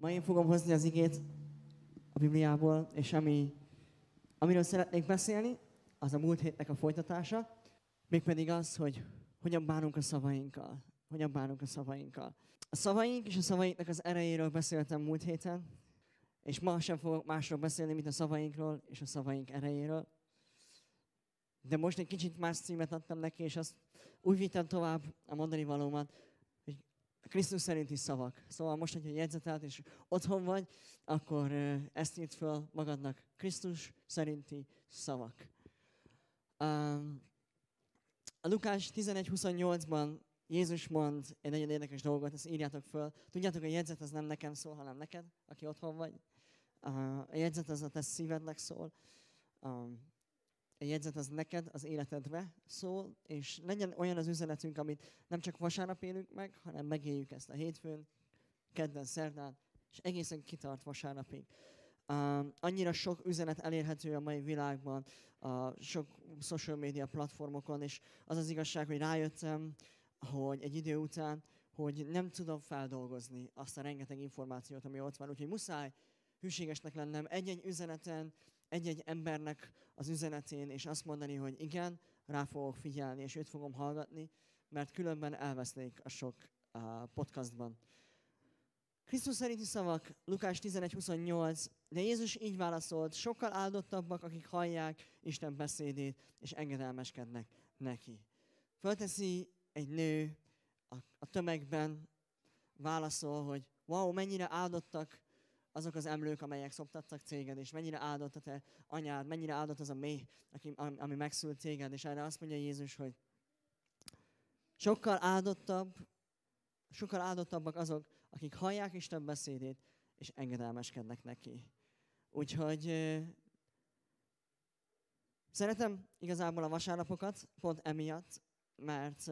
Ma én fogom hozni az igét a Bibliából, és amiről szeretnék beszélni, az a múlt hétnek a folytatása, mégpedig az, hogy hogyan bánunk a szavainkkal. Hogyan bánunk a szavainkkal. A szavaink és a szavainknak az erejéről beszéltem múlt héten, és ma sem fogok másról beszélni, mint a szavainkról és a szavaink erejéről. De most egy kicsit más címet adtam neki, és azt úgy vittem tovább a mondani valómat, hogy Krisztus szerinti szavak. Szóval most, hogyha jegyzetelt és otthon vagy, akkor ezt írt föl magadnak. Krisztus szerinti szavak. A Lukás 11:28-ban Jézus mond egy nagyon érdekes dolgot, ezt írjátok föl. Tudjátok, a jegyzet az nem nekem szól, hanem neked, aki otthon vagy. A jegyzet az a te szívednek szól. A jegyzet az neked, az életedre szól, és legyen olyan az üzenetünk, amit nem csak vasárnap élünk meg, hanem megéljük ezt a hétfőn, kedden, szerdán, és egészen kitart vasárnapig. Annyira sok üzenet elérhető a mai világban, sok social media platformokon, és az az igazság, hogy rájöttem, hogy egy idő után, hogy nem tudom feldolgozni azt a rengeteg információt, ami ott van, úgyhogy muszáj hűségesnek lennem egy-egy üzeneten, egy-egy embernek az üzenetén, és azt mondani, hogy igen, rá fogok figyelni, és őt fogom hallgatni, mert különben elvesznék a sok podcastban. Krisztus szerinti szavak, Lukás 11:28, de Jézus így válaszolt, sokkal áldottabbak, akik hallják Isten beszédét, és engedelmeskednek neki. Fölteszi egy nő a tömegben, válaszol, hogy wow, mennyire áldottak azok az emlők, amelyek szoptattak téged, és mennyire áldott a te anyád, mennyire áldott az a méh, ami megszült téged, és erre azt mondja Jézus, hogy sokkal áldottabbak azok, akik hallják Isten beszédét, és engedelmeskednek neki. Úgyhogy szeretem igazából a vasárnapokat, pont emiatt, mert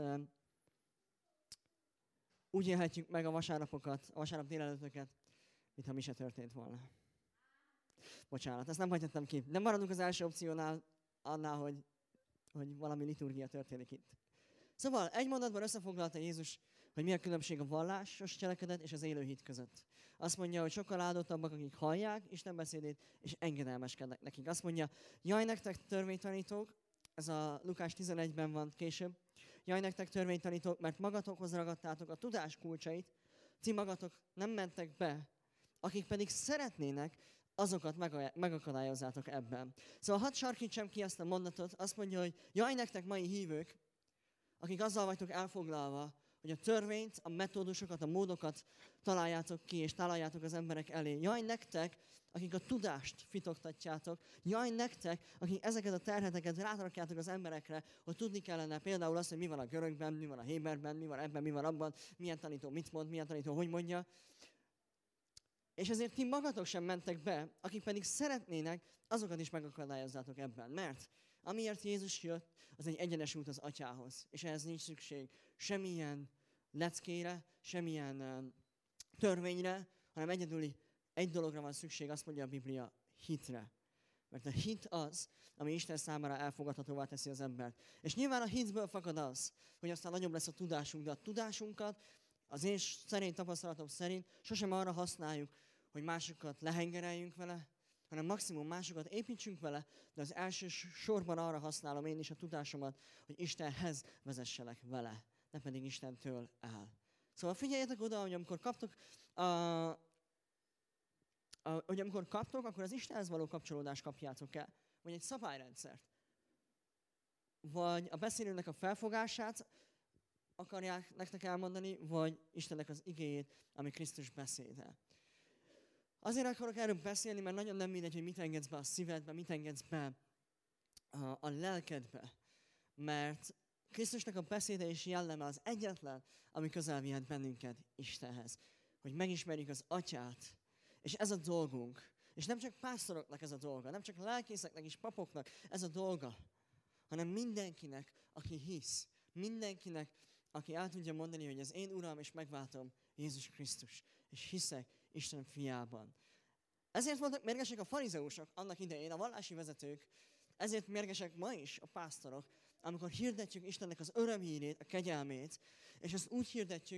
úgy élhetjük meg a vasárnapokat, a vasárnap délelőttöket, mintha mi se történt volna. Bocsánat, ezt nem hagyhattam ki. Nem maradunk az első opciónál, annál, hogy valami liturgia történik itt. Szóval egy mondatban összefoglalta Jézus, hogy mi a különbség a vallásos cselekedet és az élő hit között. Azt mondja, hogy sokkal áldottabbak, akik hallják Isten beszédét, és engedelmeskednek nekik. Azt mondja, jaj nektek törvénytanítók, ez a Lukás 11-ben van később, jaj nektek törvénytanítók, mert magatokhoz ragadtátok a tudás kulcsait, ti magatok nem mentek be, akik pedig szeretnének, azokat megakadályozzátok ebben. Szóval hadd sarkítsam ki ezt a mondatot, azt mondja, hogy jaj nektek mai hívők, akik azzal vagytok elfoglalva, hogy a törvényt, a metódusokat, a módokat találjátok ki, és találjátok az emberek elé. Jaj nektek, akik a tudást fitoktatjátok. Jaj nektek, akik ezeket a terheteket rárakjátok az emberekre, hogy tudni kellene például azt, hogy mi van a görögben, mi van a héberben, mi van ebben, mi van abban, milyen tanító mit mond, milyen tanító hogy mondja. És ezért ti magatok sem mentek be, akik pedig szeretnének, azokat is megakadályozzátok ebben. Mert amiért Jézus jött, az egy egyenes út az Atyához. És ehhez nincs szükség semmilyen leckére, semmilyen törvényre, hanem egyedüli egy dologra van szükség, azt mondja a Biblia, hitre. Mert a hit az, ami Isten számára elfogadhatóvá teszi az embert. És nyilván a hitből fakad az, hogy aztán nagyobb lesz a tudásunk, de a tudásunkat az én szerint tapasztalatom szerint sosem arra használjuk, hogy másokat lehengereljünk vele, hanem maximum másokat építsünk vele, de az első sorban arra használom én is a tudásomat, hogy Istenhez vezesselek vele, ne pedig Istentől el. Szóval figyeljetek oda, hogy amikor kaptok, akkor az Istenhez való kapcsolódást kapjátok el, vagy egy szabályrendszert, vagy a beszélőnek a felfogását akarják nektek elmondani, vagy Istennek az igéjét, ami Krisztus beszéde. Azért akarok erről beszélni, mert nagyon nem mindegy, hogy mit engedsz be a szívedbe, mit engedsz be a lelkedbe. Mert Krisztusnak a beszéde és jelleme az egyetlen, ami közel vihet bennünket Istenhez. Hogy megismerjük az Atyát. És ez a dolgunk. És nem csak pásztoroknak ez a dolga, nem csak lelkészeknek és papoknak ez a dolga, hanem mindenkinek, aki hisz. Mindenkinek, aki el tudja mondani, hogy az én Uram és megváltom Jézus Krisztus. És hiszek Isten fiában. Ezért voltak mérgesek a farizeusok annak idején, a vallási vezetők, ezért mérgesek ma is a pásztorok, amikor hirdetjük Istennek az örömhírét, a kegyelmét, és ezt úgy hirdetjük,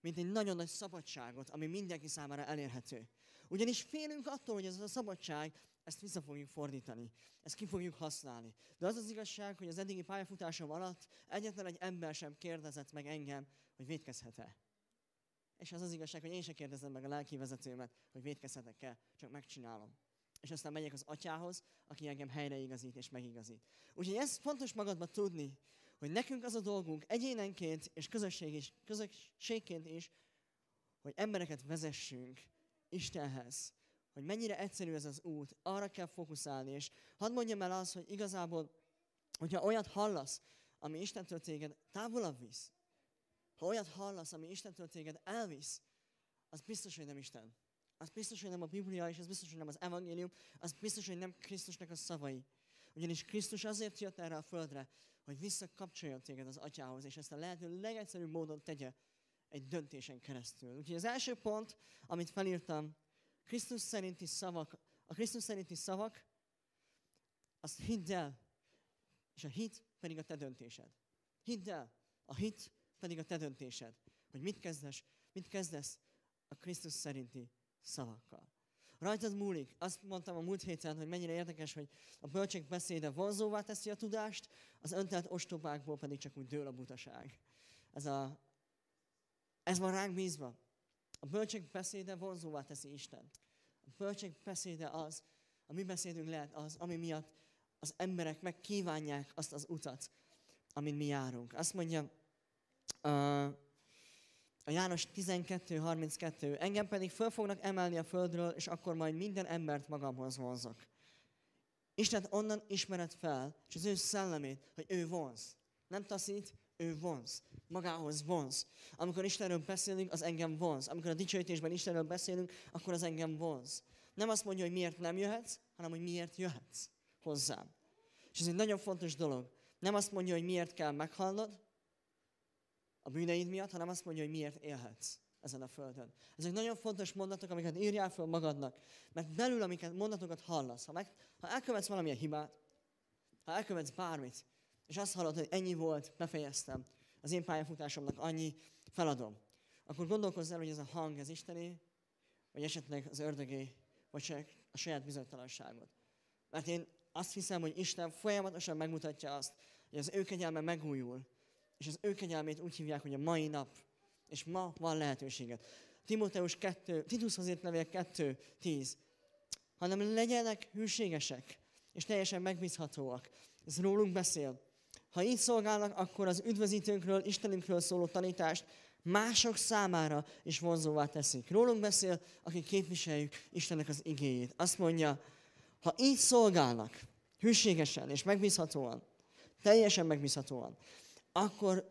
mint egy nagyon nagy szabadságot, ami mindenki számára elérhető. Ugyanis félünk attól, hogy ez a szabadság, ezt vissza fogjuk fordítani, ezt ki fogjuk használni. De az az igazság, hogy az eddigi pályafutásom alatt egyetlen egy ember sem kérdezett meg engem, hogy vétkezhet-e. És az az igazság, hogy én sem kérdezem meg a lelki vezetőmet, hogy vétkezhetek-e, csak megcsinálom. És aztán megyek az atyához, aki engem helyreigazít és megigazít. Úgyhogy ez fontos magadban tudni, hogy nekünk az a dolgunk egyénenként és közösségként is, hogy embereket vezessünk Istenhez. Hogy mennyire egyszerű ez az út, arra kell fókuszálni. És hadd mondjam el azt, hogy igazából, hogyha olyat hallasz, ami Istentől téged távolabb visz, ha olyat hallasz, ami Istentől téged elvisz, az biztos, hogy nem Isten. Az biztos, hogy nem a Biblia, és az biztos, hogy nem az evangélium, az biztos, hogy nem Krisztusnak a szavai. Ugyanis Krisztus azért jött erre a földre, hogy visszakapcsoljon téged az atyához, és ezt a lehető legegyszerűbb módon tegye egy döntésen keresztül. Úgyhogy az első pont, amit felírtam, Krisztus szerinti szavak, a Krisztus szerinti szavak, azt hidd el, és a hit pedig a te döntésed. Hidd el, a hit pedig a te döntésed, hogy mit kezdesz a Krisztus szerinti szavakkal. Rajtad múlik. Azt mondtam a múlt héten, hogy mennyire érdekes, hogy a bölcsek beszéde vonzóvá teszi a tudást, az öntelt ostobákból pedig csak úgy dől a butaság. Ez van ránk bízva. A bölcsek beszéde vonzóvá teszi Istent. A bölcsek beszéde az, a mi beszédünk lehet az, ami miatt az emberek megkívánják azt az utat, amin mi járunk. Azt mondja a János 12:32, engem pedig föl fognak emelni a földről, és akkor majd minden embert magamhoz vonzok. Istent onnan ismered fel, és az ő szellemét, hogy ő vonz. Nem taszít, ő vonz. Magához vonz. Amikor Istenről beszélünk, az engem vonz. Amikor a dicsőítésben Istenről beszélünk, akkor az engem vonz. Nem azt mondja, hogy miért nem jöhetsz, hanem hogy miért jöhetsz hozzám. És ez egy nagyon fontos dolog. Nem azt mondja, hogy miért kell meghalnod a bűneid miatt, hanem azt mondja, hogy miért élhetsz ezen a földön. Ezek nagyon fontos mondatok, amiket írjál föl magadnak, mert belül, amiket mondatokat hallasz, ha elkövetsz valamilyen hibát, ha elkövetsz bármit, és azt hallod, hogy ennyi volt, befejeztem, az én pályafutásomnak annyi, feladom, akkor gondolkozz el, hogy ez a hang, ez Istené, vagy esetleg az ördögé, vagy csak a saját bizonytalanságod. Mert én azt hiszem, hogy Isten folyamatosan megmutatja azt, hogy az ő kegyelme megújul, és az ő kegyelmét úgy hívják, hogy a mai nap, és ma van lehetőséged. Titushoz írt levél 2:10, hanem legyenek hűségesek, és teljesen megbízhatóak. Ez rólunk beszél. Ha így szolgálnak, akkor az üdvözítőnkről, Istenünkről szóló tanítást mások számára is vonzóvá teszik. Rólunk beszél, akik képviseljük Istennek az igéjét. Azt mondja, ha így szolgálnak, hűségesen és megbízhatóan, teljesen megbízhatóan, akkor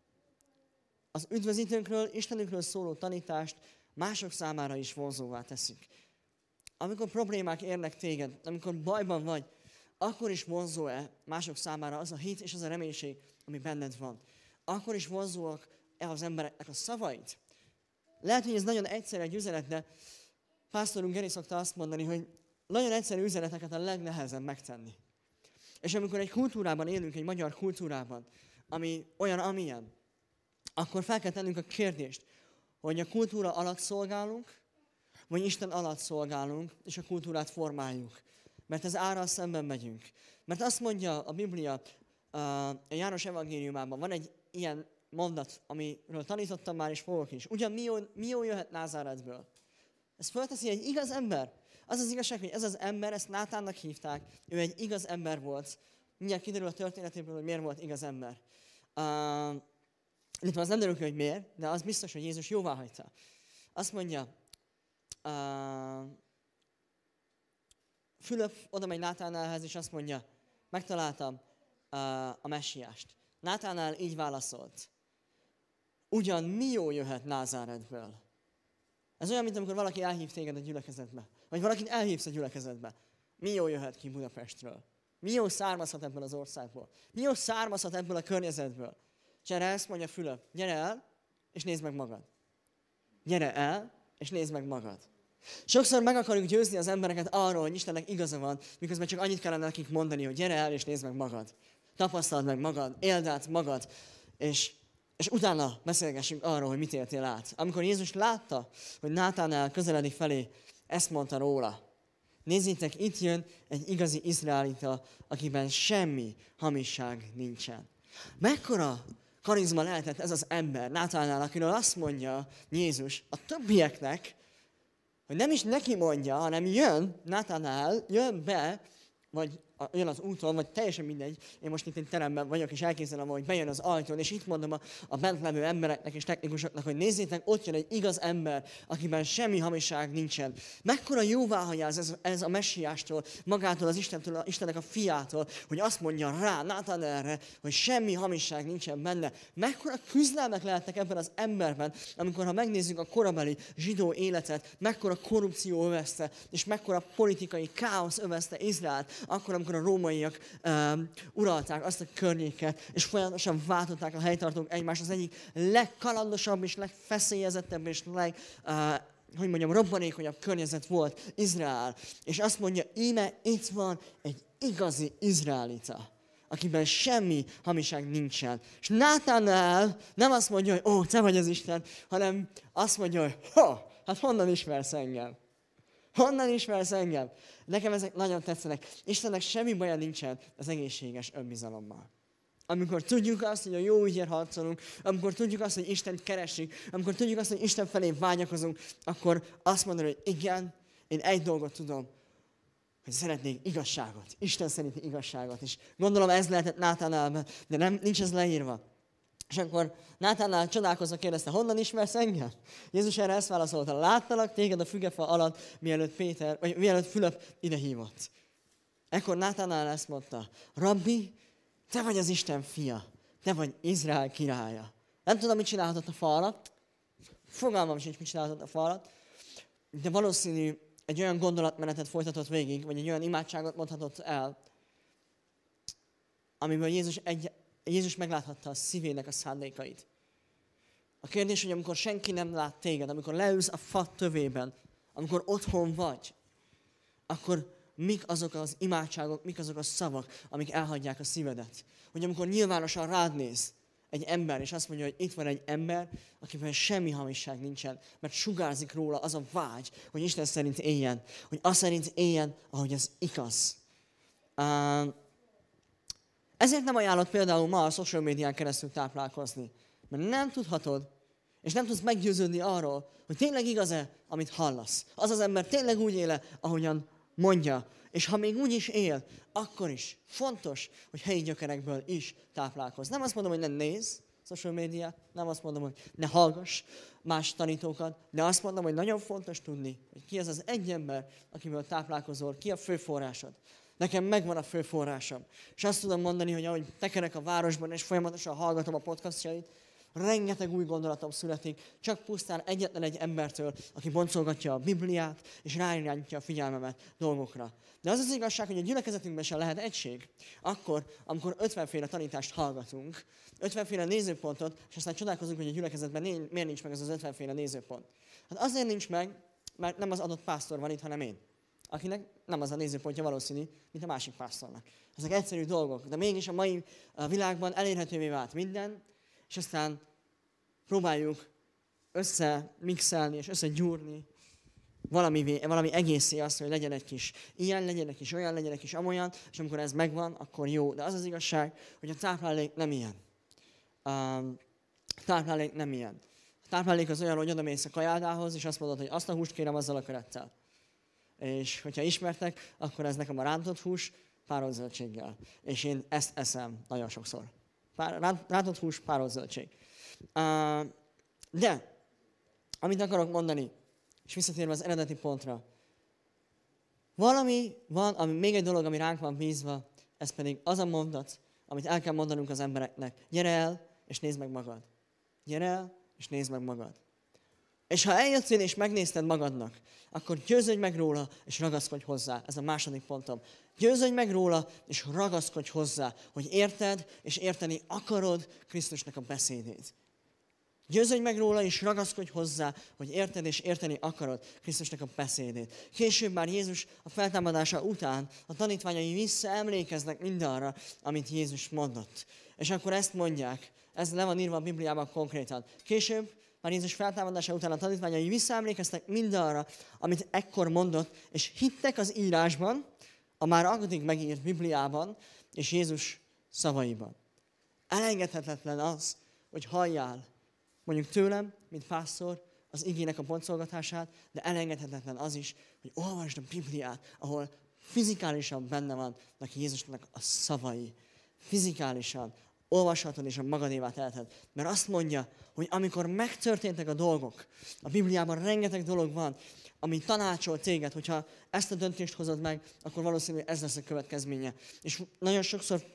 az üdvözítőnkről, Istenünkről szóló tanítást mások számára is vonzóvá teszik. Amikor problémák érnek téged, amikor bajban vagy, akkor is vonzó-e mások számára az a hit és az a reménység, ami benned van. Akkor is vonzóak-e az embereknek a szavait. Lehet, hogy ez nagyon egyszerű egy üzenet, de pásztorunk Geri szokta azt mondani, hogy nagyon egyszerű üzeneteket a legnehezebb megtenni. És amikor egy kultúrában élünk, egy magyar kultúrában, ami olyan, amilyen, akkor fel kell tennünk a kérdést, hogy a kultúra alatt szolgálunk, vagy Isten alatt szolgálunk, és a kultúrát formáljuk. Mert ez árral szemben megyünk. Mert azt mondja a Biblia, a János evangéliumában van egy ilyen mondat, amiről tanítottam már, és fogok is. Ugyan mi jó jöhet Názáretből? Ez fölteszi egy igaz ember. Az az igazság, hogy ez az ember, ezt Nátánnak hívták, ő egy igaz ember volt. Mindjárt kiderül a történetéből, hogy miért volt igaz ember. Illetve az nem derül ki, hogy miért, de az biztos, hogy Jézus jóvá hagyta. Azt mondja, Fülöp oda megy Nátánálhez, és azt mondja, megtaláltam a messiást. Nátánál így válaszolt, ugyan mi jó jöhet Názáretből? Ez olyan, mint amikor valaki elhív téged a gyülekezetbe. Vagy valakit elhívsz a gyülekezetbe. Mi jó jöhet ki Budapestről? Mi jó származhat ebből az országból? Mi jó származhat ebből a környezetből? És erre ezt mondja Fülöp, gyere el, és nézd meg magad. Gyere el, és nézd meg magad. Sokszor meg akarjuk győzni az embereket arról, hogy Istennek igaza van, miközben csak annyit kellene nekik mondani, hogy gyere el, és nézd meg magad. Tapasztald meg magad, éld át magad, és És utána beszélgessünk arról, hogy mit éltél át. Amikor Jézus látta, hogy Nátánál közeledik felé, ezt mondta róla. Nézzétek, itt jön egy igazi izraelita, akiben semmi hamisság nincsen. Mekkora karizma lehetett ez az ember Nátánál, akiről azt mondja Jézus a többieknek, hogy nem is neki mondja, hanem jön Nátánál, jön be, vagy jön az úton, vagy teljesen mindegy. Én most itt egy teremben vagyok, és elképzelem, hogy bejön az ajtón, és itt mondom a bent levő embereknek és technikusoknak, hogy nézzétek, ott jön egy igaz ember, akiben semmi hamiság nincsen. Mekkora jóváhagyás ez a messiástól, magától, az Istentől, Istennek a fiától, hogy azt mondja rá, Nátánálre, hogy semmi hamiság nincsen benne. Mekkora küzdelmek lehetnek ebben az emberben, amikor ha megnézzük a korabeli zsidó életet, mekkora korrupció övezte, és mekkora politikai káosz övezte Izraelt, akkor, amikor a rómaiak uralták azt a környéket, és folyamatosan váltották a helytartók egymást, az egyik legkalandosabb és legfeszélyezettebb és robbanékonyabb környezet volt Izrael. És azt mondja, íme itt van egy igazi izraelita, akiben semmi hamiság nincsen. És Nátánál nem azt mondja, hogy ó, te vagy az Isten, hanem azt mondja, hogy hát honnan ismersz engem? Honnan ismersz engem? Nekem ezek nagyon tetszenek. Istennek semmi baja nincsen az egészséges önbizalommal. Amikor tudjuk azt, hogy a jó ügyért harcolunk, amikor tudjuk azt, hogy Istent keresünk, amikor tudjuk azt, hogy Isten felé vágyakozunk, akkor azt mondani, hogy igen, én egy dolgot tudom, hogy szeretnék igazságot. Isten szerinti igazságot. És gondolom ez lehetett Nátánálban, de nincs ez leírva. És akkor Nátánál csodálkozva kérdezte, honnan ismersz engem? Jézus erre ezt válaszolta, láttalak téged a fügefa alatt, mielőtt Fülöp ide hívott. Ekkor Nátánál ezt mondta, Rabbi, te vagy az Isten fia, te vagy Izrael királya. Nem tudom, mit csinálhatott a fa alatt, fogalmam sincs, mit csinálhatott a fa alatt, de valószínű egy olyan gondolatmenetet folytatott végig, vagy egy olyan imádságot mondhatott el, amiből Jézus megláthatta a szívének a szándékait. A kérdés, hogy amikor senki nem lát téged, amikor leülsz a fa tövében, amikor otthon vagy, akkor mik azok az imádságok, mik azok a szavak, amik elhagyják a szívedet. Hogy amikor nyilvánosan rád néz egy ember, és azt mondja, hogy itt van egy ember, akiben semmi hamisság nincsen, mert sugárzik róla az a vágy, hogy Isten szerint éljen, hogy az szerint éljen, ahogy az igaz. Ezért nem ajánlott például ma a social médián keresztül táplálkozni. Mert nem tudhatod, és nem tudsz meggyőződni arról, hogy tényleg igaz-e, amit hallasz. Az az ember tényleg úgy éle, ahogyan mondja. És ha még úgy is él, akkor is fontos, hogy helyi gyökerekből is táplálkozz. Nem azt mondom, hogy ne nézz social médiát, nem azt mondom, hogy ne hallgass más tanítókat, de azt mondom, hogy nagyon fontos tudni, hogy ki az az egy ember, akiből táplálkozol, ki a fő forrásod. Nekem megvan a fő forrásom. És azt tudom mondani, hogy ahogy tekerek a városban, és folyamatosan hallgatom a podcastjait, rengeteg új gondolatom születik, csak pusztán egyetlen egy embertől, aki boncolgatja a Bibliát, és ráirányítja a figyelmemet dolgokra. De az az igazság, hogy a gyülekezetünkben sem lehet egység. Akkor, amikor 50 féle tanítást hallgatunk, 50 féle nézőpontot, és aztán csodálkozunk, hogy a gyülekezetben miért nincs meg ez az 50 féle nézőpont. Hát azért nincs meg, mert nem az adott pásztor van itt, hanem én, akinek nem az a nézőpontja valószínű, mint a másik pásztornak. Ezek egyszerű dolgok, de mégis a mai világban elérhetővé vált minden, és aztán próbáljuk összemixelni és összegyúrni valami egészé azt, hogy legyen egy kis ilyen, legyen egy kis olyan, legyen egy kis amolyan, és amikor ez megvan, akkor jó. De az az igazság, hogy a táplálék nem ilyen. Táplálék nem ilyen. A táplálék az olyan, hogy odamész a kajádához, és azt mondod, hogy azt a húst kérem azzal a kerettel. És hogyha ismertek, akkor ez nekem a rántott hús párolt zöldséggel. És én ezt eszem nagyon sokszor. Rántott hús, párolt zöldség. De, amit akarok mondani, és visszatérve az eredeti pontra, valami van, még egy dolog, ami ránk van bízva, ez pedig az a mondat, amit el kell mondanunk az embereknek. Gyere el, és nézd meg magad. Gyere el, és nézd meg magad. És ha eljöttél és megnézted magadnak, akkor győződj meg róla, és ragaszkodj hozzá. Ez a második pontom. Győződj meg róla, és ragaszkodj hozzá, hogy érted, és érteni akarod Krisztusnak a beszédét. Győződj meg róla, és ragaszkodj hozzá, hogy érted és érteni akarod Krisztusnak a beszédét. Később már Jézus a feltámadása után a tanítványai visszaemlékeznek mindarra, amit Jézus mondott. És akkor ezt mondják, Ez le van írva a Bibliában konkrétan. Később, már Jézus feltámadása után a tanítványai visszaemlékeztek mindarra, amit ekkor mondott, és hittek az írásban, a már addig megírt Bibliában, és Jézus szavaiban. Elengedhetetlen az, hogy halljál mondjuk tőlem, mint pásztor, az igének a boncolgatását, de elengedhetetlen az is, hogy olvasd a Bibliát, ahol fizikálisan benne vannak Jézusnak a szavai. Fizikálisan olvashatod és a magadévá teheted. Mert azt mondja, hogy amikor megtörténtek a dolgok, a Bibliában rengeteg dolog van, ami tanácsol téged, hogyha ezt a döntést hozod meg, akkor valószínűleg ez lesz a következménye. És nagyon sokszor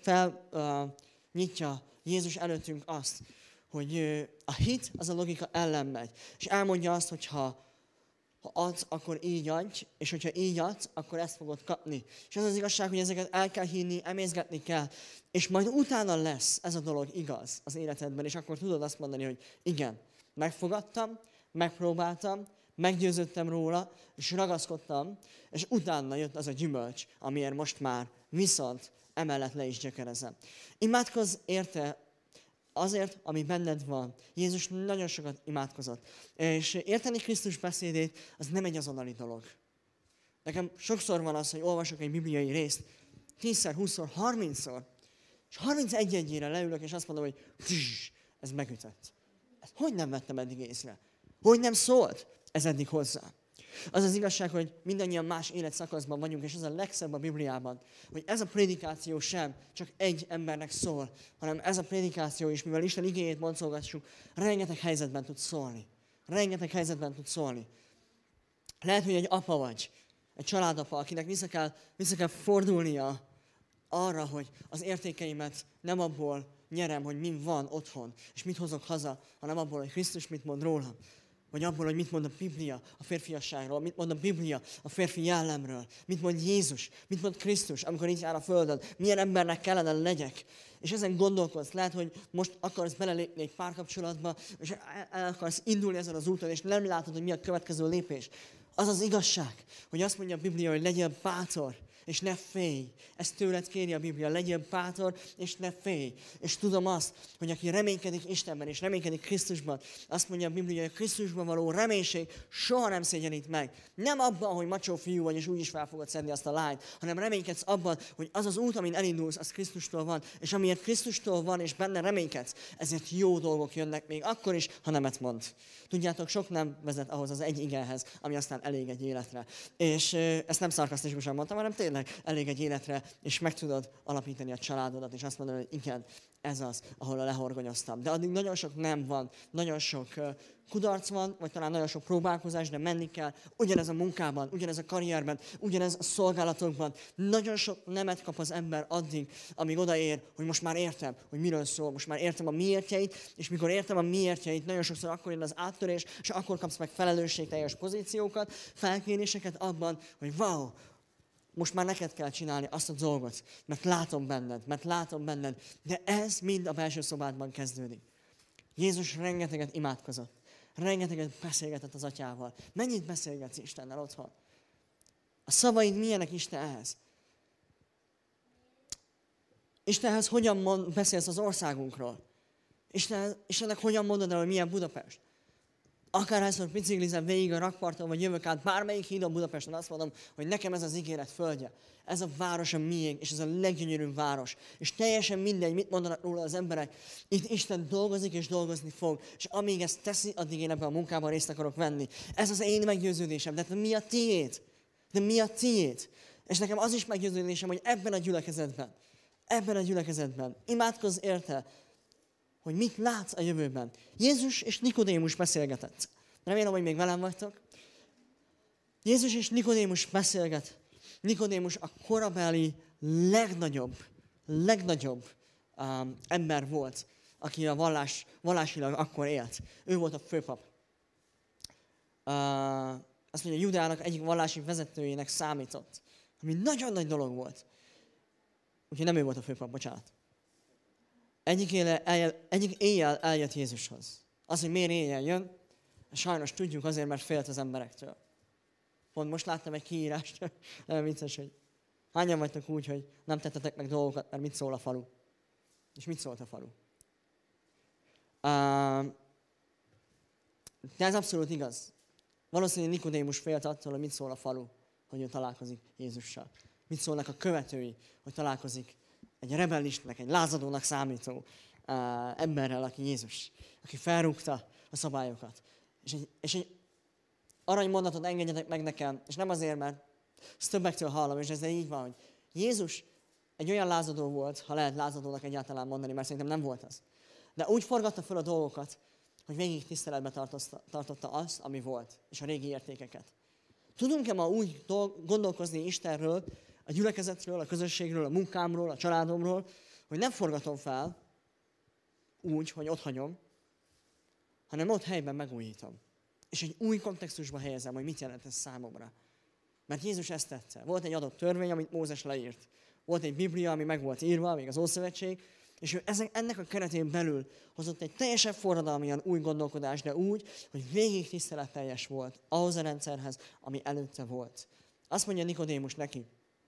felnyitja Jézus előttünk azt, hogy a hit az a logika ellen megy. És elmondja azt, hogy ha adsz, akkor így adj, és hogyha így adsz, akkor ezt fogod kapni. És az az igazság, hogy ezeket el kell hinni, emészgetni kell, és majd utána lesz ez a dolog igaz az életedben, és akkor tudod azt mondani, hogy igen, megfogadtam, megpróbáltam, meggyőződtem róla, és ragaszkodtam, és utána jött az a gyümölcs, amiért most már viszont emellett le is gyökerezem. Imádkozz érte azért, ami benned van. Jézus nagyon sokat imádkozott. És érteni Krisztus beszédét, az nem egy azonnali dolog. Nekem sokszor van az, hogy olvasok egy bibliai részt, 10-szer, 20-szor, 30-szor, és 31-egyére leülök, és azt mondom, hogy ez megütött. Ezt hogy nem vettem eddig észre? Hogy nem szólt ez eddig hozzá? Az az igazság, hogy mindannyian más életszakaszban vagyunk, és ez a legszebb a Bibliában, hogy ez a prédikáció sem csak egy embernek szól, hanem ez a prédikáció is, mivel Isten igéjét boncolgassuk, rengeteg helyzetben tud szólni. Rengeteg helyzetben tud szólni. Lehet, hogy egy apa vagy, egy családapa, akinek vissza kell fordulnia arra, hogy az értékeimet nem abból nyerem, hogy mi van otthon, és mit hozok haza, hanem abból, hogy Krisztus mit mond rólam. Vagy abból, hogy mit mond a Biblia a férfiasságról, mit mond a Biblia a férfi jellemről, mit mond Jézus, mit mond Krisztus, amikor itt jár a földön, milyen embernek kellene legyek. És ezen gondolkodsz, lehet, hogy most akarsz belelépni egy párkapcsolatba, és el akarsz indulni ezen az úton, és nem látod, hogy mi a következő lépés. Az az igazság, hogy azt mondja a Biblia, hogy legyél bátor, és ne félj. Ezt tőled kéri a Biblia, legyél bátor, és ne félj. És tudom azt, hogy aki reménykedik Istenben, és reménykedik Krisztusban, azt mondja a Biblia, hogy a Krisztusban való reménység soha nem szégyenít meg. Nem abban, hogy macsó fiú vagy, és úgyis fel fogod szedni azt a lányt, hanem reménykedsz abban, hogy az az út, amin elindulsz, az Krisztustól van, és amiért Krisztustól van, és benne reménykedsz, ezért jó dolgok jönnek még akkor is, ha nemet mond. Tudjátok, sok nem vezet ahhoz az egy igenhez, ami aztán elég egy életre. És ezt nem szarkasztikusan mondtam, hanem tényleg elég egy életre, és meg tudod alapítani a családodat, és azt mondani, hogy igen, ez az, ahol lehorgonyoztam. De addig nagyon sok nem van, nagyon sok kudarc van, vagy talán nagyon sok próbálkozás, de menni kell. Ugyanez a munkában, ugyanez a karrierben, ugyanez a szolgálatokban. Nagyon sok nemet kap az ember addig, amíg odaér, hogy most már értem, hogy miről szól, most már értem a miértjeit, és mikor értem a miértjeit, nagyon sokszor akkor jön az áttörés, és akkor kapsz meg felelősségteljes pozíciókat, felkéréseket abban, hogy wow, most már neked kell csinálni azt a dolgot, mert látom benned, de ez mind a belső szobádban kezdődik. Jézus rengeteget imádkozott, rengeteget beszélgetett az atyával. Mennyit beszélgetsz Istennel otthon? A szavaid milyenek Istenhez? Istenhez hogyan beszélsz az országunkról? Istennek hogyan mondod el, hogy milyen Budapest? Akárhányszor biciklizem végig a rakparton, vagy jövök át bármelyik hídon Budapesten, azt mondom, hogy nekem ez az ígéret földje. Ez a város a miénk, és ez a leggyönyörűbb város. És teljesen mindegy, mit mondanak róla az emberek. Itt Isten dolgozik és dolgozni fog. És amíg ezt teszi, addig én ebben a munkában részt akarok venni. Ez az én meggyőződésem. De mi a tiéd? De mi a tiéd? És nekem az is meggyőződésem, hogy ebben a gyülekezetben imádkozz érte, hogy mit látsz a jövőben. Jézus és Nikodémus beszélgetett. Remélem, hogy még velem vagytok. Jézus és Nikodémus beszélget. Nikodémus a korabeli legnagyobb ember volt, aki a vallásilag akkor élt. Ő volt a főpap. Azt mondja, Judának egyik vallási vezetőjének számított. Ami nagyon nagy dolog volt. Úgyhogy nem ő volt a főpap, bocsánat. Egyik éjjel eljött Jézushoz. Az, hogy miért éjjel jön, sajnos tudjuk azért, mert félt az emberektől. Pont most láttam egy kiírást, nagyon vicces, hogy hányan vagytok úgy, hogy nem tettetek meg dolgokat, mert mit szól a falu. És mit szólt a falu? De ez abszolút igaz. Valószínűleg Nikodémus félt attól, hogy mit szól a falu, hogy ő találkozik Jézussal. Mit szólnak a követői, hogy találkozik egy rebellisnek, egy lázadónak számító emberrel, aki Jézus, aki felrúgta a szabályokat. És egy aranymondatot engedjetek meg nekem, és nem azért, mert ezt többektől hallom, és ez így van, hogy Jézus egy olyan lázadó volt, ha lehet lázadónak egyáltalán mondani, mert szerintem nem volt az. De úgy forgatta fel a dolgokat, hogy végig tiszteletbe tartotta azt, ami volt, és a régi értékeket. Tudunk-e ma úgy gondolkozni Istenről, a gyülekezetről, a közösségről, a munkámról, a családomról, hogy nem forgatom fel úgy, hogy ott hagyom, hanem ott helyben megújítom. És egy új kontextusba helyezem, hogy mit jelent ez számomra. Mert Jézus ezt tette. Volt egy adott törvény, amit Mózes leírt. Volt egy Biblia, ami meg volt írva, még az Ószövetség, és ő ennek a keretén belül hozott egy teljesen forradalmian új gondolkodást, de úgy, hogy végig tiszteletteljes volt ahhoz a rendszerhez, ami előtte volt. Azt mondja Nikodémus neki,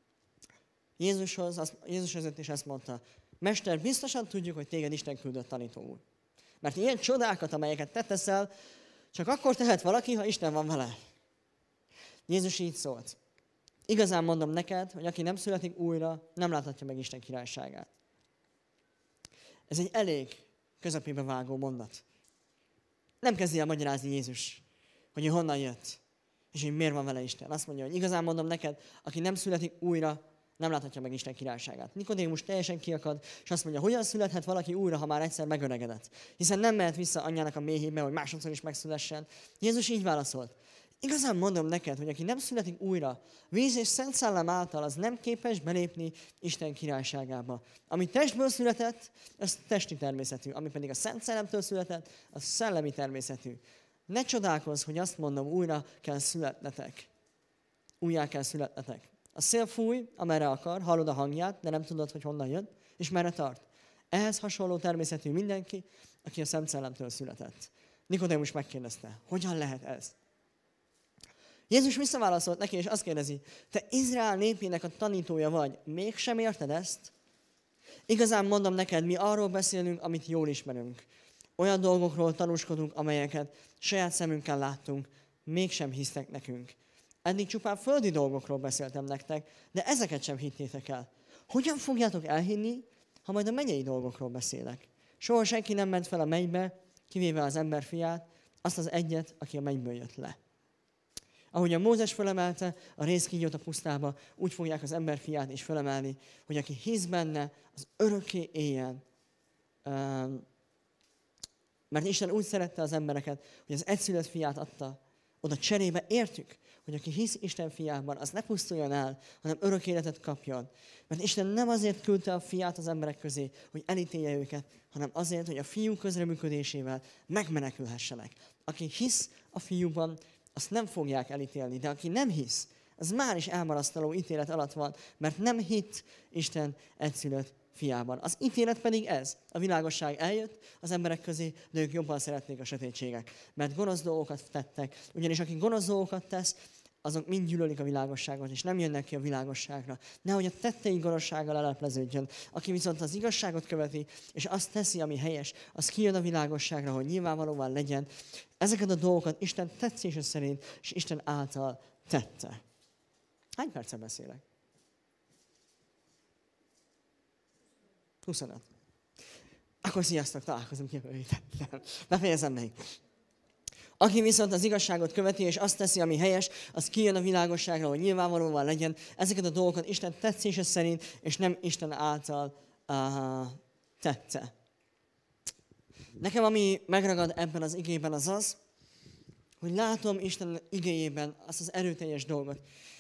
Jézus ezért is ezt mondta, Mester, biztosan tudjuk, hogy téged Isten küldött tanító úr. Mert ilyen csodákat, amelyeket te teszel, csak akkor tehet valaki, ha Isten van vele. Jézus így szólt. Igazán mondom neked, hogy aki nem születik újra, nem láthatja meg Isten királyságát. Ez egy elég közepébe vágó mondat. Nem kezdi el magyarázni Jézus, hogy ő honnan jött, és hogy miért van vele Isten. Azt mondja, hogy igazán mondom neked, aki nem születik újra, nem láthatja meg Isten királyságát. Nikodémus teljesen kiakad, és azt mondja, hogyan születhet valaki újra, ha már egyszer megöregedett? Hiszen nem mehet vissza anyjának a méhébe, hogy másodszor is megszülessen. Jézus így válaszolt. Igazán mondom neked, hogy aki nem születik újra, víz és Szent Szellem által, az nem képes belépni Isten királyságába. Ami testből született, az testi természetű, ami pedig a Szent Szellemtől született, az szellemi természetű. Ne csodálkozz, hogy azt mondom, újra kell születnetek. Újjá kell születnetek. A szél fúj, amerre akar, hallod a hangját, de nem tudod, hogy honnan jön, és merre tart. Ehhez hasonló természetű mindenki, aki a Szent Szellemtől született. Nikodémus megkérdezte, hogyan lehet ez? Jézus visszaválaszolt neki, és azt kérdezi, te Izrael népének a tanítója vagy, mégsem érted ezt? Igazán mondom neked, mi arról beszélünk, amit jól ismerünk. Olyan dolgokról tanúskodunk, amelyeket saját szemünkkel láttunk, mégsem hisztek nekünk. Eddig csupán földi dolgokról beszéltem nektek, de ezeket sem hittétek el. Hogyan fogjátok elhinni, ha majd a mennyei dolgokról beszélek? Soha senki nem ment fel a mennybe, kivéve az emberfiát, azt az egyet, aki a mennyből jött le. Ahogy a Mózes fölemelte a rézkígyót a pusztába, úgy fogják az emberfiát is fölemelni, hogy aki hisz benne, az örökké éljen. Mert Isten úgy szerette az embereket, hogy az egyszülött fiát adta oda cserébe, értük, hogy aki hisz Isten fiában, az ne pusztuljon el, hanem örök életet kapjon. Mert Isten nem azért küldte a fiát az emberek közé, hogy elítélje őket, hanem azért, hogy a fiú közreműködésével megmenekülhessenek. Aki hisz a fiúban, azt nem fogják elítélni, de aki nem hisz, az már is elmarasztaló ítélet alatt van, mert nem hitt Isten egyszülött fiában. Az ítélet pedig ez. A világosság eljött az emberek közé, de ők jobban szeretnék a sötétségek. Mert gonosz dolgokat tettek. Ugyanis aki gonosz dolgokat tesz, azok mind gyűlölik a világosságot, és nem jönnek ki a világosságra. Nehogy a tettei gonoszsággal lelepleződjön. Aki viszont az igazságot követi, és azt teszi, ami helyes, az kijön a világosságra, hogy nyilvánvalóan legyen. Ezeket a dolgokat Isten tetszése szerint, és Isten által tette. Hány percet beszélek? 25. Akkor sziasztok, találkozunk jövő héten. Befejezem még. Aki viszont az igazságot követi, és azt teszi, ami helyes, az kijön a világosságra, hogy nyilvánvalóan legyen. Ezeket a dolgokat Isten tetszése szerint, és nem Isten által tette. Nekem, ami megragad ebben az igében, az az, hogy látom Isten igéjében azt az erőteljes dolgot,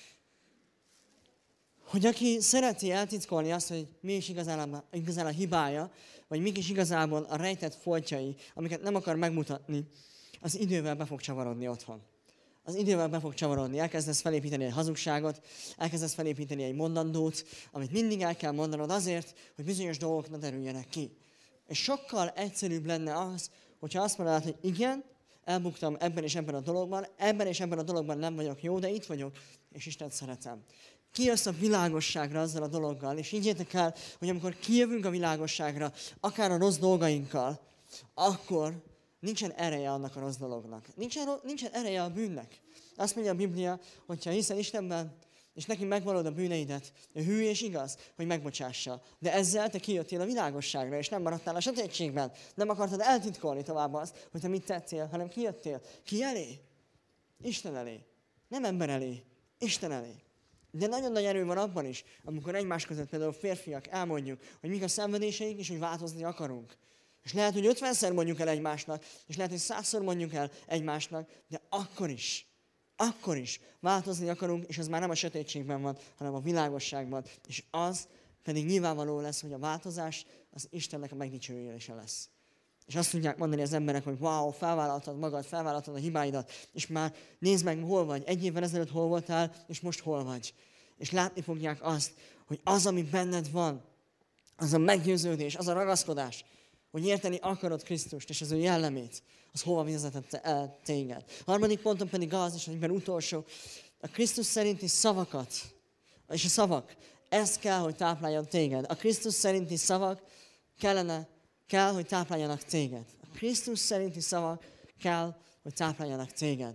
hogy aki szereti eltitkolni azt, hogy mi is igazán a hibája, vagy mik is igazából a rejtett foltjai, amiket nem akar megmutatni, az idővel be fog csavarodni otthon. Az idővel be fog csavarodni, elkezdesz felépíteni egy hazugságot, elkezdesz felépíteni egy mondandót, amit mindig el kell mondanod azért, hogy bizonyos dolgok ne derüljenek ki. És sokkal egyszerűbb lenne az, hogyha azt mondanád, hogy igen, elbuktam ebben és ebben a dologban nem vagyok jó, de itt vagyok, és Istent szeretem. Kijössz a világosságra azzal a dologgal, és higgyétek el, hogy amikor kijövünk a világosságra, akár a rossz dolgainkkal, akkor nincsen ereje annak a rossz dolognak. Nincsen ereje a bűnnek. Azt mondja a Biblia, hogyha hiszel Istenben, és neki megvalod a bűneidet, ő hű és igaz, hogy megbocsássa. De ezzel te kijöttél a világosságra, és nem maradtál a sötétségben. Nem akartad eltitkolni tovább azt, hogy te mit tettél, hanem kijöttél. Ki elé? Isten elé. Nem ember elé. Isten elé. De nagyon nagy erő van abban is, amikor egymás között például férfiak elmondjuk, hogy mik a szenvedéseink, és hogy változni akarunk. És lehet, hogy 50-szer mondjuk el egymásnak, és lehet, hogy 100-szor mondjuk el egymásnak, de akkor is változni akarunk, és az már nem a sötétségben van, hanem a világosságban. És az pedig nyilvánvaló lesz, hogy a változás az Istennek a megdicsőülése lesz. És azt tudják mondani az emberek, hogy wow, felvállaltad magad, felvállaltad a hibáidat, és már nézd meg, hol vagy. 1 évvel ezelőtt hol voltál, és most hol vagy. És látni fogják azt, hogy az, ami benned van, az a meggyőződés, az a ragaszkodás, hogy érteni akarod Krisztust és az ő jellemét, az hova vezetett el téged. A harmadik pontom pedig az, és egyben utolsó, a Krisztus szerinti szavakat, és a szavak, ez kell, hogy tápláljon téged. A Krisztus szerinti szavak kell, hogy tápláljanak téged. A Krisztus szerinti szavak kell, hogy tápláljanak téged.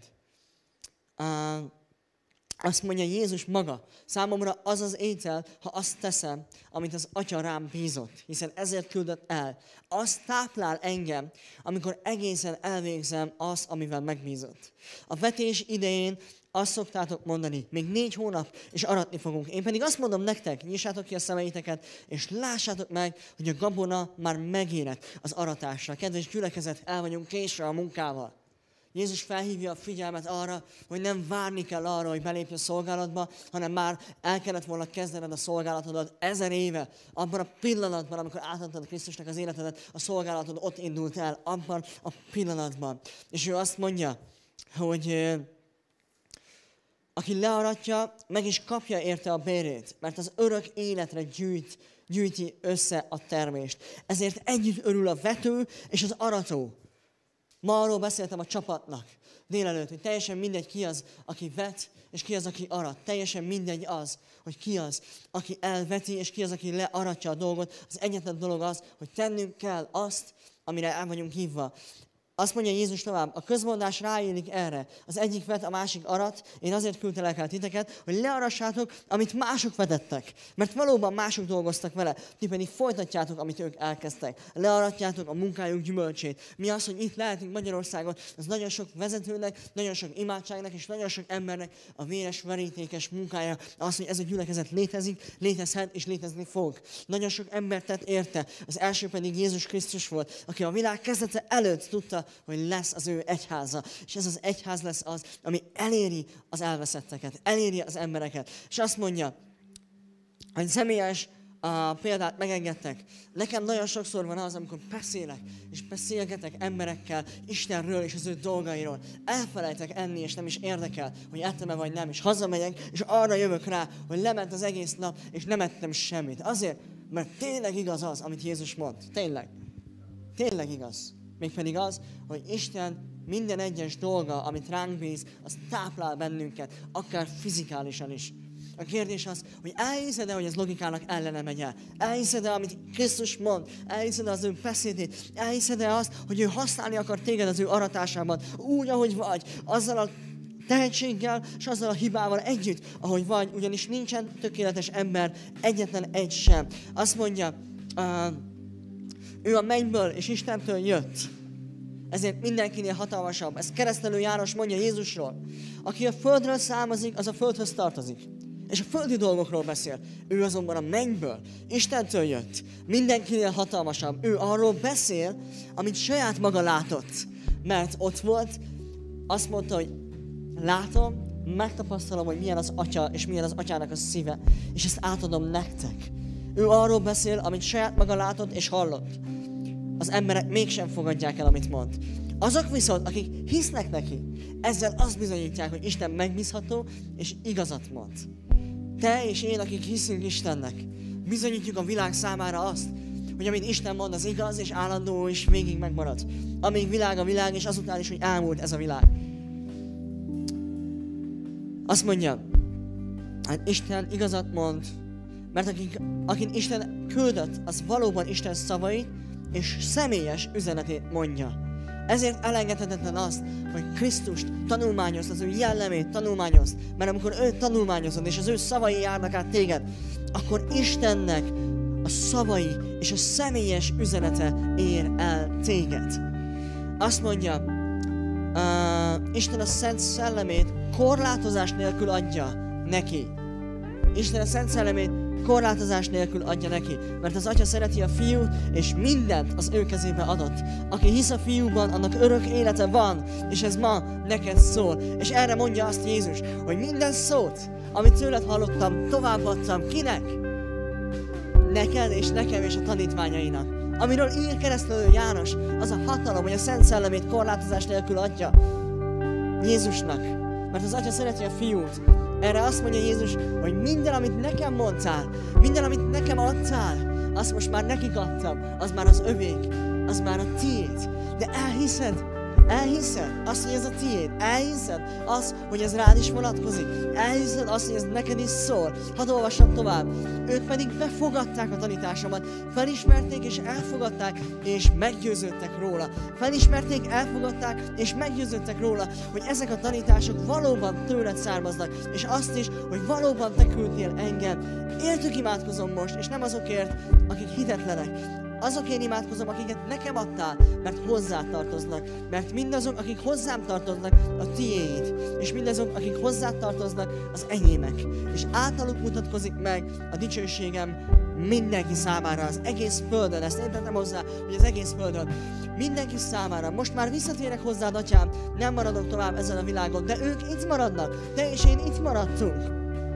Azt mondja Jézus maga, számomra az az étel, ha azt teszem, amit az Atya rám bízott, hiszen ezért küldött el. Az táplál engem, amikor egészen elvégzem azt, amivel megbízott. A vetés idején azt szoktátok mondani, még 4 hónap, és aratni fogunk. Én pedig azt mondom nektek, nyissátok ki a szemeiteket, és lássátok meg, hogy a gabona már megérett az aratásra. Kedves gyülekezet, el vagyunk késve a munkával. Jézus felhívja a figyelmet arra, hogy nem várni kell arra, hogy belépj a szolgálatba, hanem már el kellett volna kezdened a szolgálatodat 1000 éve. Abban a pillanatban, amikor átadtad Krisztusnak az életedet, a szolgálatod ott indult el, abban a pillanatban. És ő azt mondja, hogy aki learatja, meg is kapja érte a bérét, mert az örök életre gyűjti össze a termést. Ezért együtt örül a vető és az arató. Ma arról beszéltem a csapatnak délelőtt, hogy teljesen mindegy ki az, aki vet, és ki az, aki arat. Teljesen mindegy az, hogy ki az, aki elveti, és ki az, aki learatja a dolgot. Az egyetlen dolog az, hogy tennünk kell azt, amire el vagyunk hívva. Azt mondja Jézus tovább, a közmondás ráillik erre. Az egyik vet, a másik arat. Én azért küldtelek el titeket, hogy learassátok, amit mások vetettek. Mert valóban mások dolgoztak vele. Ti pedig folytatjátok, amit ők elkezdtek. Learatjátok a munkájuk gyümölcsét. Mi az, hogy itt lehetünk Magyarországon, az nagyon sok vezetőnek, nagyon sok imádságnak és nagyon sok embernek a véres, verítékes munkája. Az, hogy ez a gyülekezet létezik, létezhet és létezni fog. Nagyon sok ember tett érte. Az első pedig Jézus Krisztus volt, aki a világ kezdete előtt tudta, hogy lesz az ő egyháza. És ez az egyház lesz az, ami eléri az elveszetteket, eléri az embereket. És azt mondja, hogy személyes példát megengedtek. Nekem nagyon sokszor van az, amikor beszélek, és beszélgetek emberekkel Istenről és az ő dolgairól. Elfelejtek enni, és nem is érdekel, hogy ettem-e vagy nem. És hazamegyek, és arra jövök rá, hogy lement az egész nap, és nem ettem semmit. Azért, mert tényleg igaz az, amit Jézus mond. Tényleg. Tényleg igaz. Mégpedig az, hogy Isten minden egyes dolga, amit ránk bíz, az táplál bennünket, akár fizikálisan is. A kérdés az, hogy elhiszed-e, hogy ez logikának ellene megy el? Elhiszed-e, amit Krisztus mond? Elhiszed-e az ő beszédét? Elhiszed-e azt, hogy ő használni akar téged az ő aratásában, úgy, ahogy vagy, azzal a tehetséggel és azzal a hibával együtt, ahogy vagy, ugyanis nincsen tökéletes ember, egyetlen egy sem. Azt mondja, ő a mennyből és Istentől jött. Ezért mindenkinél hatalmasabb. Ez keresztelő János mondja Jézusról. Aki a földről származik, az a földhöz tartozik. És a földi dolgokról beszél. Ő azonban a mennyből, Istentől jött. Mindenkinél hatalmasabb. Ő arról beszél, amit saját maga látott. Mert ott volt, azt mondta, hogy látom, megtapasztalom, hogy milyen az Atya, és milyen az Atyának a szíve. És ezt átadom nektek. Ő arról beszél, amit saját maga látott és hallott. Az emberek mégsem fogadják el, amit mond. Azok viszont, akik hisznek neki, ezzel azt bizonyítják, hogy Isten megbízható és igazat mond. Te és én, akik hiszünk Istennek, bizonyítjuk a világ számára azt, hogy amit Isten mond, az igaz és állandó és végig megmarad. Amíg világ a világ, és azután is, hogy elmúlt ez a világ. Azt mondja, hát Isten igazat mond, mert akin Isten küldött, az valóban Isten szavait és személyes üzenetét mondja. Ezért elengedhetetlen azt, hogy Krisztust tanulmányozd, az ő jellemét tanulmányozd, mert amikor őt tanulmányozod, és az ő szavai járnak át téged, akkor Istennek a szavai és a személyes üzenete ér el téged. Azt mondja, Isten a Szent Szellemét korlátozás nélkül adja neki. Isten a Szent Szellemét korlátozás nélkül adja neki, mert az Atya szereti a Fiút, és mindent az ő kezébe adott. Aki hisz a Fiúban, annak örök élete van, és ez ma neked szól. És erre mondja azt Jézus, hogy minden szót, amit tőled hallottam, továbbadtam. Kinek? Neked és nekem és a tanítványainak. Amiről ír keresztelő János, az a hatalom, hogy a Szent Szellemét korlátozás nélkül adja Jézusnak. Mert az Atya szereti a Fiút. Erre azt mondja Jézus, hogy minden, amit nekem mondtál, minden, amit nekem adtál, azt most már nekik adtam, az már az övék, az már a tiéd. De elhiszed azt, hogy ez a tiéd, elhiszed azt, hogy ez rád is vonatkozik, elhiszed azt, hogy ez neked is szól. Hadd olvassam tovább. Ők pedig befogadták a tanításomat, felismerték és elfogadták, és meggyőződtek róla. Felismerték, elfogadták, és meggyőződtek róla, hogy ezek a tanítások valóban tőled származnak, és azt is, hogy valóban te küldtél engem. Értük imádkozom most, és nem azokért, akik hitetlenek. Azokért imádkozom, akiket nekem adtál, mert hozzá tartoznak. Mert mindazok, akik hozzám tartoznak, a tiéd. És mindazok, akik hozzá tartoznak, az enyémek. És általuk mutatkozik meg a dicsőségem mindenki számára, az egész földön. Ezt én tettem hozzá, hogy az egész földön. Mindenki számára. Most már visszatérek hozzád, Atyám, nem maradok tovább ezen a világon, de ők itt maradnak. Te és én itt maradtunk.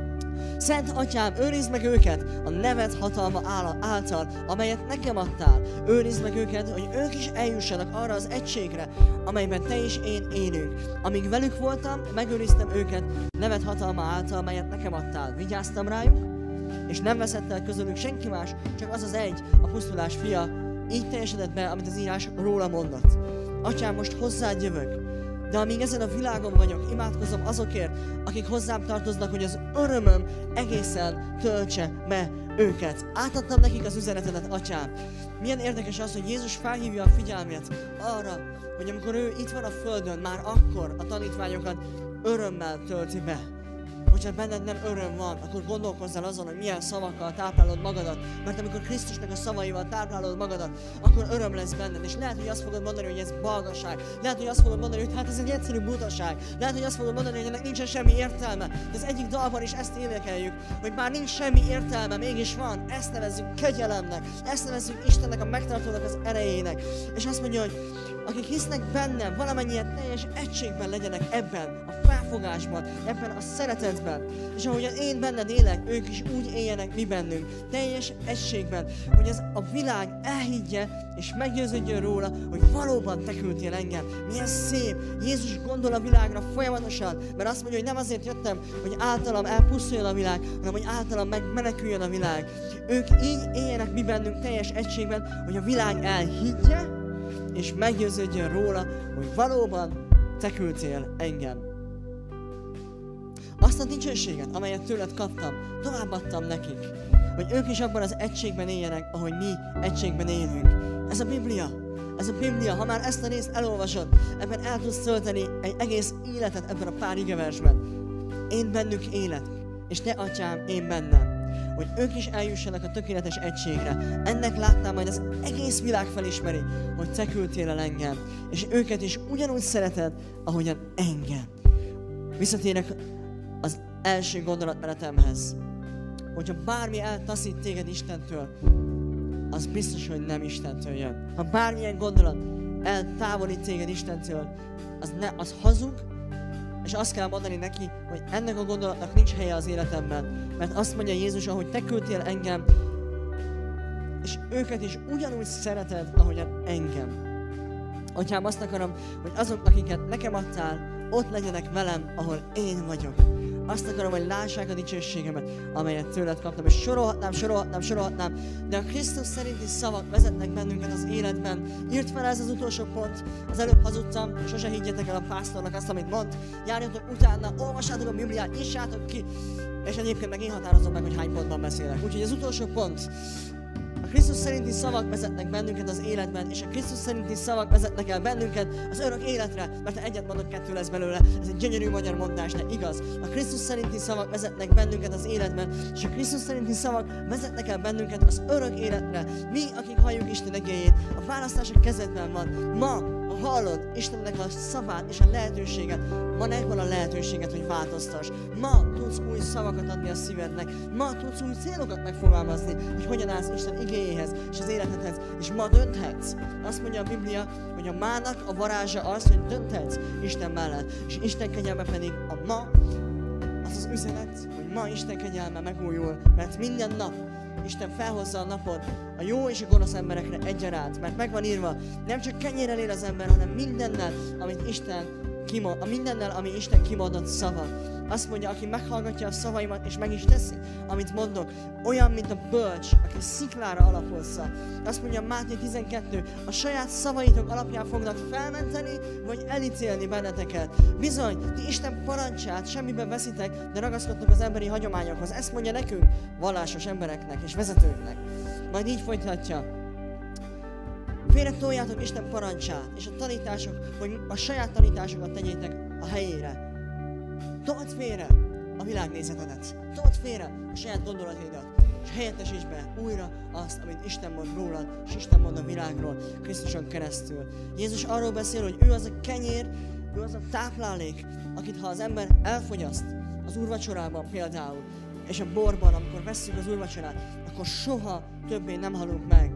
Szent Atyám, őrizd meg őket a neved hatalma által, amelyet nekem adtál. Őrizd meg őket, hogy ők is eljussanak arra az egységre, amelyben te és én élünk. Amíg velük voltam, megőriztem őket neved hatalma által, amelyet nekem adtál. Vigyáztam rájuk, és nem veszett el közülük senki más, csak az az egy, a pusztulás fia. Így teljesedett be, amit az írás róla mondott. Atyám, most hozzád jövök. De amíg ezen a világon vagyok, imádkozom azokért, akik hozzám tartoznak, hogy az örömöm egészen töltse be őket. Átadtam nekik az üzenetedet, Atyám. Milyen érdekes az, hogy Jézus felhívja a figyelmet arra, hogy amikor ő itt van a földön, már akkor a tanítványokat örömmel tölti be. Hogyha benned nem öröm van, akkor gondolkozzál azon, hogy milyen szavakkal táplálod magadat. Mert amikor Krisztusnak a szavaival táplálod magadat, akkor öröm lesz benned. És lehet, hogy azt fogod mondani, hogy ez balgaság. Lehet, hogy azt fogod mondani, hogy hát ez egy egyszerű butaság. Lehet, hogy azt fogod mondani, hogy ennek nincsen semmi értelme. De az egyik dalban is ezt énekeljük, hogy már nincs semmi értelme, mégis van. Ezt nevezzük kegyelemnek. Ezt nevezzük Istennek a megtartónak az erejének. És azt mondja, hogy akik hisznek bennem, valamennyien teljes egységben legyenek ebben a felfogásban, ebben a szeretetben. És ahogyan én benned élek, ők is úgy éljenek mi bennünk, teljes egységben, hogy ez a világ elhiggye és meggyőződjön róla, hogy valóban te küldtél engem. Milyen szép! Jézus gondol a világra folyamatosan, mert azt mondja, hogy nem azért jöttem, hogy általam elpusztuljon a világ, hanem hogy általam megmeneküljön a világ. Ők így éljenek mi bennünk teljes egységben, hogy a világ elhiggye, és meggyőződjön róla, hogy valóban te küldtél engem. Azt a dicsőséget, amelyet tőled kaptam, továbbadtam nekik, hogy ők is abban az egységben éljenek, ahogy mi egységben élünk. Ez a Biblia. Ez a Biblia, ha már ezt a részt elolvasod, ebben el tudsz tölteni egy egész életet ebben a pár igeversben. Én bennük élek, és te, Atyám, én bennem. Hogy ők is eljussanak a tökéletes egységre. Ennek láttál, majd az egész világ felismeri, hogy te küldtél el engem, és őket is ugyanúgy szereted, ahogyan engem. Visszatérek az első gondolatmenetemhez. Hogyha bármi eltaszít téged Istentől, az biztos, hogy nem Istentől jön. Ha bármilyen gondolat eltávolít téged Istentől, az hazug, és azt kell mondani neki, hogy ennek a gondolatnak nincs helye az életemben. Mert azt mondja Jézus, ahogy te küldtél engem, és őket is ugyanúgy szereted, ahogyan engem. Atyám, azt akarom, hogy azok, akiket nekem adtál, ott legyenek velem, ahol én vagyok. Azt akarom, hogy lássák a dicsőségemet, amelyet tőled kaptam. És sorolhatnám, de a Krisztus szerinti szavak vezetnek bennünket az életben. Írt fel ez az utolsó pont. Az előbb hazudtam, sose higgyetek el a pásztornak azt, amit mond. Járjatok utána, olvassátok a Bibliát, nyissátok ki. És egyébként meg én határozom meg, hogy hány pontban beszélek. Úgyhogy az utolsó pont. A Krisztus szerinti szavak vezetnek bennünket az életben, és a Krisztus szerinti szavak vezetnek el bennünket az örök életre, mert ha egyet mondok, kettő lesz belőle. Ez egy gyönyörű magyar mondás, de igaz. A Krisztus szerinti szavak vezetnek bennünket az életben, és a Krisztus szerinti szavak vezetnek el bennünket az örök életre. Mi, akik halljuk Isten igéjét, a választás a kezedben van. Ma, ha hallod Istennek a szavát és a lehetőséget, ma megvan a lehetőséget, hogy változtass. Ma tudsz új szavakat adni a szívednek, ma tudsz új célokat megfogalmazni, hogy hogyan állsz Isten igéjéhez és az életedhez, és ma dönthetsz. Azt mondja a Biblia, hogy a mának a varázsa az, hogy dönthetsz Isten mellett, és Isten kegyelme pedig a ma, az üzenet, hogy ma Isten kegyelme megújul, mert minden nap Isten felhozza a napot a jó és a gonosz emberekre egyaránt, mert meg van írva, nem csak kenyérrel él az ember, hanem mindennel, ami Isten kimondott szava. Azt mondja, aki meghallgatja a szavaimat és meg is teszi, amit mondok, olyan, mint a bölcs, aki sziklára alapozza. Azt mondja Máté 12, a saját szavaitok alapján fognak felmenteni, vagy elítélni benneteket. Bizony, ti Isten parancsát semmiben veszitek, de ragaszkodtok az emberi hagyományokhoz. Ezt mondja nekünk, vallásos embereknek és vezetőknek. Majd így folytatja. Félre toljátok Isten parancsát, és a tanítások, hogy a saját tanításokat tegyétek a helyére. Told félre a világnézetedet, told félre a saját gondolataidat, és helyettesíts be újra azt, amit Isten mond rólad, és Isten mond a világról, Krisztuson keresztül. Jézus arról beszél, hogy ő az a kenyér, ő az a táplálék, akit ha az ember elfogyaszt az úrvacsorában például, és a borban, amikor vesszük az úrvacsorát, akkor soha többé nem halunk meg.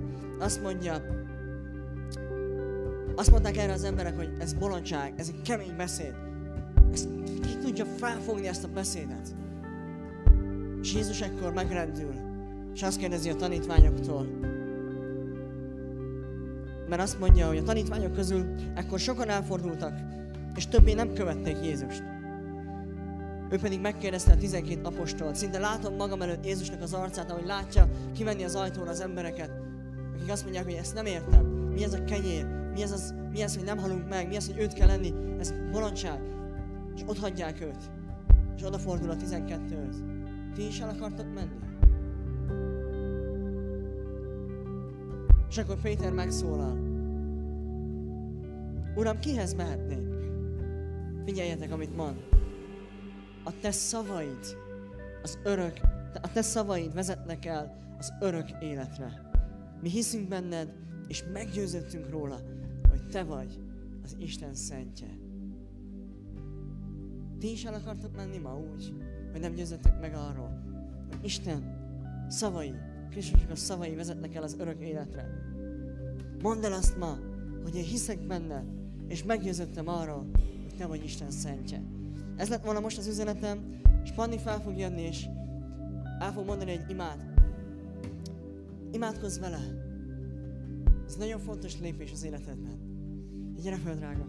Azt mondták erre az emberek, hogy ez bolondság, ez egy kemény beszéd. Ki tudja felfogni ezt a beszédet? És Jézus ekkor megrendül, és azt kérdezi a tanítványoktól. Mert azt mondja, hogy a tanítványok közül ekkor sokan elfordultak, és többé nem követték Jézust. Ő pedig megkérdezte a 12 apostolt. Szinte látom magam előtt Jézusnak az arcát, ahogy látja kimenni az ajtón az embereket, akik azt mondják, hogy ezt nem értem. Mi ez a kenyér? Mi ez, hogy nem halunk meg? Mi az, hogy őt kell lenni? Ez bolondság. És ott hagyják őt. És odafordul a 12-höz. Ti is el akartok menni? És akkor Péter megszólal. Uram, kihez mehetnék? Figyeljetek, amit mond. A te szavaid vezetnek el az örök életre. Mi hiszünk benned, és meggyőződtünk róla, hogy te vagy az Isten szentje. Ti is el akartok menni ma úgy, hogy nem győzöttek meg arról, hogy Isten szavai, Krisztusnak a szavai vezetnek el az örök életre. Mondd el azt ma, hogy én hiszek benned, és meggyőződtem arról, hogy te vagy Isten szentje. Ez lett volna most az üzenetem, és Panni fel fog jönni, és el fog mondani egy imát. Imádkozz vele! Ez nagyon fontos lépés az életedben. Gyere fel, drága!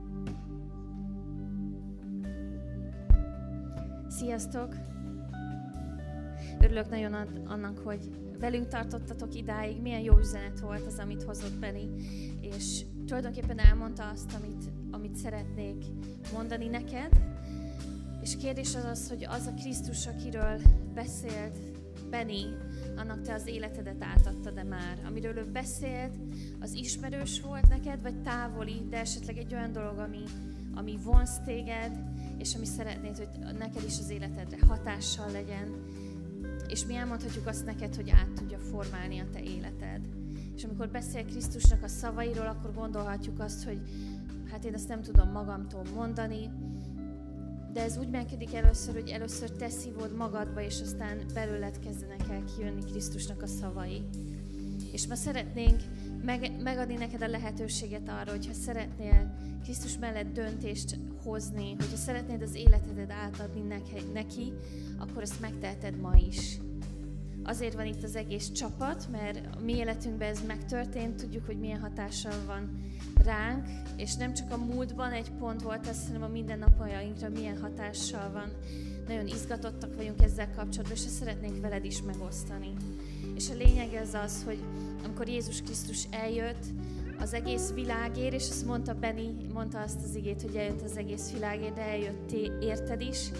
Sziasztok! Örülök nagyon annak, hogy velünk tartottatok idáig. Milyen jó üzenet volt az, amit hozott Benni. És tulajdonképpen elmondta azt, amit szeretnék mondani neked. És kérdés az, hogy az a Krisztus, akiről beszélt Benni, annak te az életedet átadtad-e már? Amiről ő beszélt, az ismerős volt neked, vagy távoli, de esetleg egy olyan dolog, ami vonz téged, és ami szeretnéd, hogy neked is az életedre hatással legyen, és mi elmondhatjuk azt neked, hogy át tudja formálni a te életed. És amikor beszél Krisztusnak a szavairól, akkor gondolhatjuk azt, hogy hát én ezt nem tudom magamtól mondani, de ez úgy működik először, hogy először te szívod magadba, és aztán belőled kezdenek el kijönni Krisztusnak a szavai. És ma szeretnénk megadni neked a lehetőséget arra, hogyha szeretnél Krisztus mellett döntést hozni, hogyha szeretnéd az életedet átadni neki, akkor ezt megteheted ma is. Azért van itt az egész csapat, mert a mi életünkben ez megtörtént, tudjuk, hogy milyen hatással van ránk, és nem csak a múltban egy pont volt ez, hanem a mindennapjainkra milyen hatással van. Nagyon izgatottak vagyunk ezzel kapcsolatban, és ezt szeretnénk veled is megosztani. És a lényeg ez az, hogy amikor Jézus Krisztus eljött az egész világért, és azt mondta Benni, mondta azt az igét, hogy eljött az egész világért, de eljött érted is,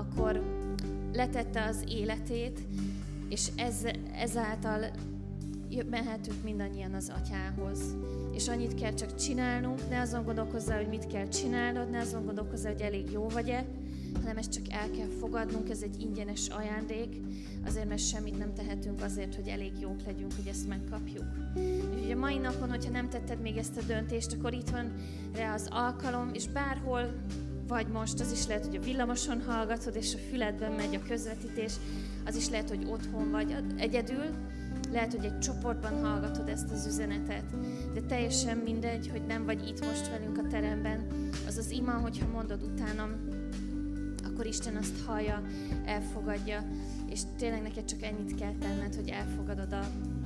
akkor letette az életét, és ezáltal mehetünk mindannyian az Atyához. És annyit kell csak csinálnunk, ne azon gondolkozzál, hogy mit kell csinálnod, ne azon gondolkozzál, hogy elég jó vagy-e, hanem ezt csak el kell fogadnunk, ez egy ingyenes ajándék, azért, mert semmit nem tehetünk azért, hogy elég jók legyünk, hogy ezt megkapjuk. És ugye a mai napon, hogyha nem tetted még ezt a döntést, akkor itt van rá az alkalom, és bárhol vagy most, az is lehet, hogy a villamoson hallgatod, és a füledben megy a közvetítés, az is lehet, hogy otthon vagy egyedül, lehet, hogy egy csoportban hallgatod ezt az üzenetet, de teljesen mindegy, hogy nem vagy itt most velünk a teremben. Az az ima, hogyha mondod utánam, akkor Isten azt hallja, elfogadja, és tényleg neked csak ennyit kell tenned, hogy elfogadod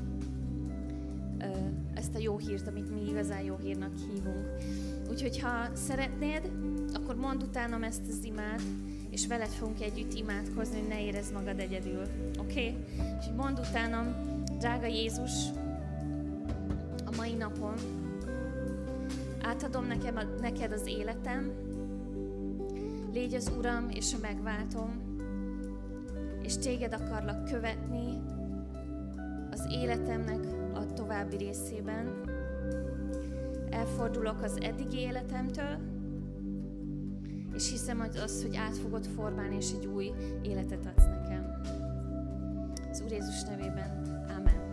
ezt a jó hírt, amit mi igazán jó hírnak hívunk. Úgyhogy ha szeretnéd, akkor mondd utánam ezt az imát, és veled fogunk együtt imádkozni, hogy ne érezd magad egyedül. Oké? És mondd utánam, drága Jézus, a mai napon átadom neked az életem, légy az Uram és a megváltom, és téged akarlak követni az életemnek a további részében. Elfordulok az eddigi életemtől, és hiszem hogy át fogod formálni, és egy új életet adsz nekem. Az Úr Jézus nevében. Amen.